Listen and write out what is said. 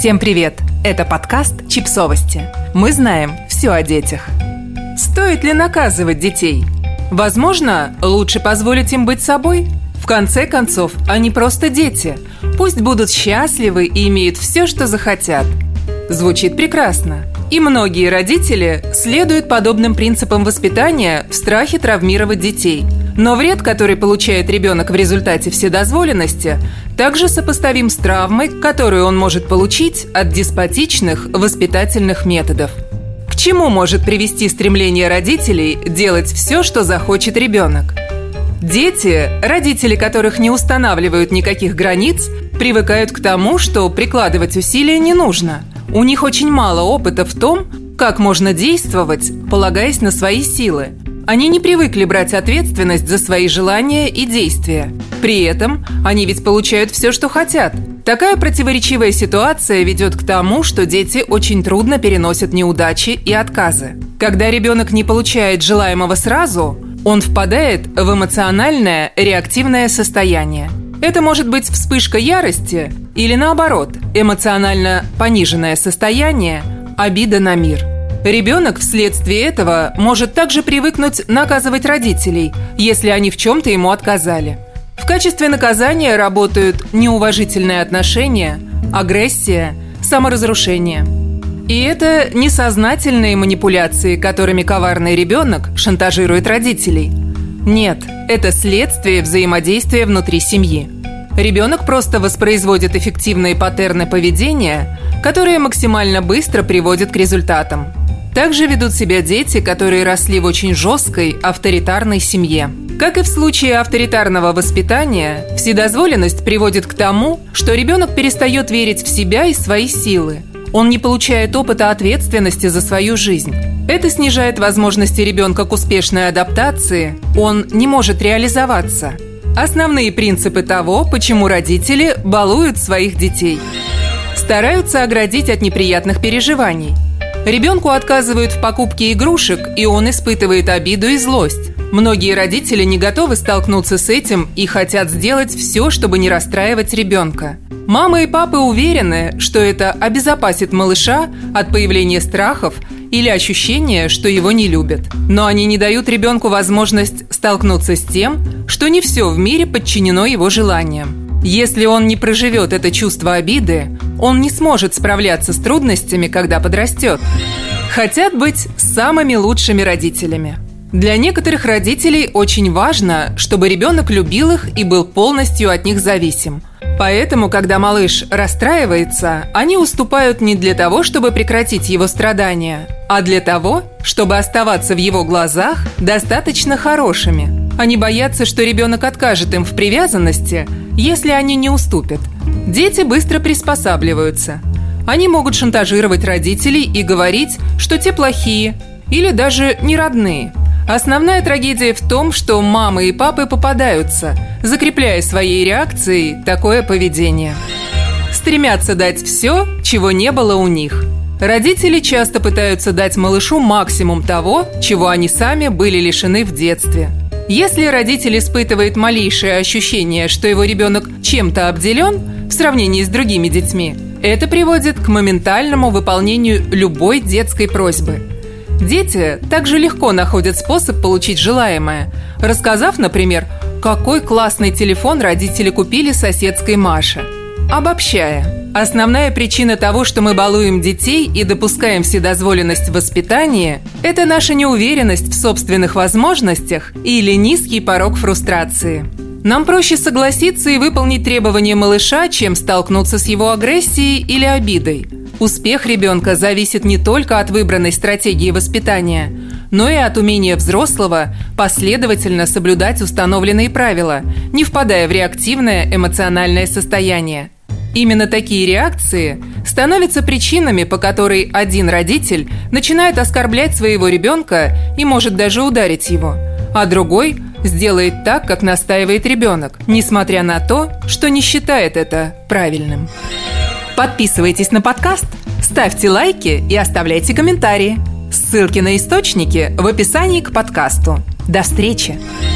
Всем привет! Это подкаст «Чипсовости». Мы знаем все о детях. Стоит ли наказывать детей? Возможно, лучше позволить им быть собой? В конце концов, они просто дети. Пусть будут счастливы и имеют все, что захотят. Звучит прекрасно. И многие родители следуют подобным принципам воспитания в страхе травмировать детей. Но вред, который получает ребенок в результате вседозволенности, также сопоставим с травмой, которую он может получить от деспотичных воспитательных методов. К чему может привести стремление родителей делать все, что захочет ребенок? Дети, родители которых не устанавливают никаких границ, привыкают к тому, что прикладывать усилия не нужно. У них очень мало опыта в том, как можно действовать, полагаясь на свои силы. Они не привыкли брать ответственность за свои желания и действия. При этом они ведь получают все, что хотят. Такая противоречивая ситуация ведет к тому, что дети очень трудно переносят неудачи и отказы. Когда ребенок не получает желаемого сразу, он впадает в эмоциональное реактивное состояние. Это может быть вспышка ярости или, наоборот, эмоционально пониженное состояние, обида на мир. Ребенок вследствие этого может также привыкнуть наказывать родителей, если они в чем-то ему отказали. В качестве наказания работают неуважительные отношения, агрессия, саморазрушение. И это несознательные манипуляции, которыми коварный ребенок шантажирует родителей. Нет, это следствие взаимодействия внутри семьи. Ребенок просто воспроизводит эффективные паттерны поведения, которые максимально быстро приводят к результатам. Также ведут себя дети, которые росли в очень жесткой, авторитарной семье. Как и в случае авторитарного воспитания, вседозволенность приводит к тому, что ребенок перестает верить в себя и свои силы. Он не получает опыта ответственности за свою жизнь. Это снижает возможности ребенка к успешной адаптации, он не может реализоваться. Основные принципы того, почему родители балуют своих детей. Стараются оградить от неприятных переживаний. Ребенку отказывают в покупке игрушек, и он испытывает обиду и злость. Многие родители не готовы столкнуться с этим и хотят сделать все, чтобы не расстраивать ребенка. Мамы и папы уверены, что это обезопасит малыша от появления страхов или ощущения, что его не любят. Но они не дают ребенку возможность столкнуться с тем, что не все в мире подчинено его желаниям. Если он не проживет это чувство обиды, он не сможет справляться с трудностями, когда подрастет. Хотят быть самыми лучшими родителями. Для некоторых родителей очень важно, чтобы ребенок любил их и был полностью от них зависим. Поэтому, когда малыш расстраивается, они уступают не для того, чтобы прекратить его страдания, а для того, чтобы оставаться в его глазах достаточно хорошими. Они боятся, что ребенок откажет им в привязанности, если они не уступят. Дети быстро приспосабливаются. Они могут шантажировать родителей и говорить, что те плохие или даже не родные. Основная трагедия в том, что мамы и папы попадаются, закрепляя своей реакцией такое поведение. Стремятся дать все, чего не было у них. Родители часто пытаются дать малышу максимум того, чего они сами были лишены в детстве. Если родитель испытывает малейшее ощущение, что его ребенок чем-то обделен в сравнении с другими детьми, это приводит к моментальному выполнению любой детской просьбы. Дети также легко находят способ получить желаемое, рассказав, например, какой классный телефон родители купили соседской Маше. Обобщая, основная причина того, что мы балуем детей и допускаем вседозволенность в воспитании, это наша неуверенность в собственных возможностях или низкий порог фрустрации. Нам проще согласиться и выполнить требования малыша, чем столкнуться с его агрессией или обидой. Успех ребенка зависит не только от выбранной стратегии воспитания, но и от умения взрослого последовательно соблюдать установленные правила, не впадая в реактивное эмоциональное состояние. Именно такие реакции становятся причинами, по которой один родитель начинает оскорблять своего ребенка и может даже ударить его, а другой сделает так, как настаивает ребенок, несмотря на то, что не считает это правильным. Подписывайтесь на подкаст, ставьте лайки и оставляйте комментарии. Ссылки на источники в описании к подкасту. До встречи!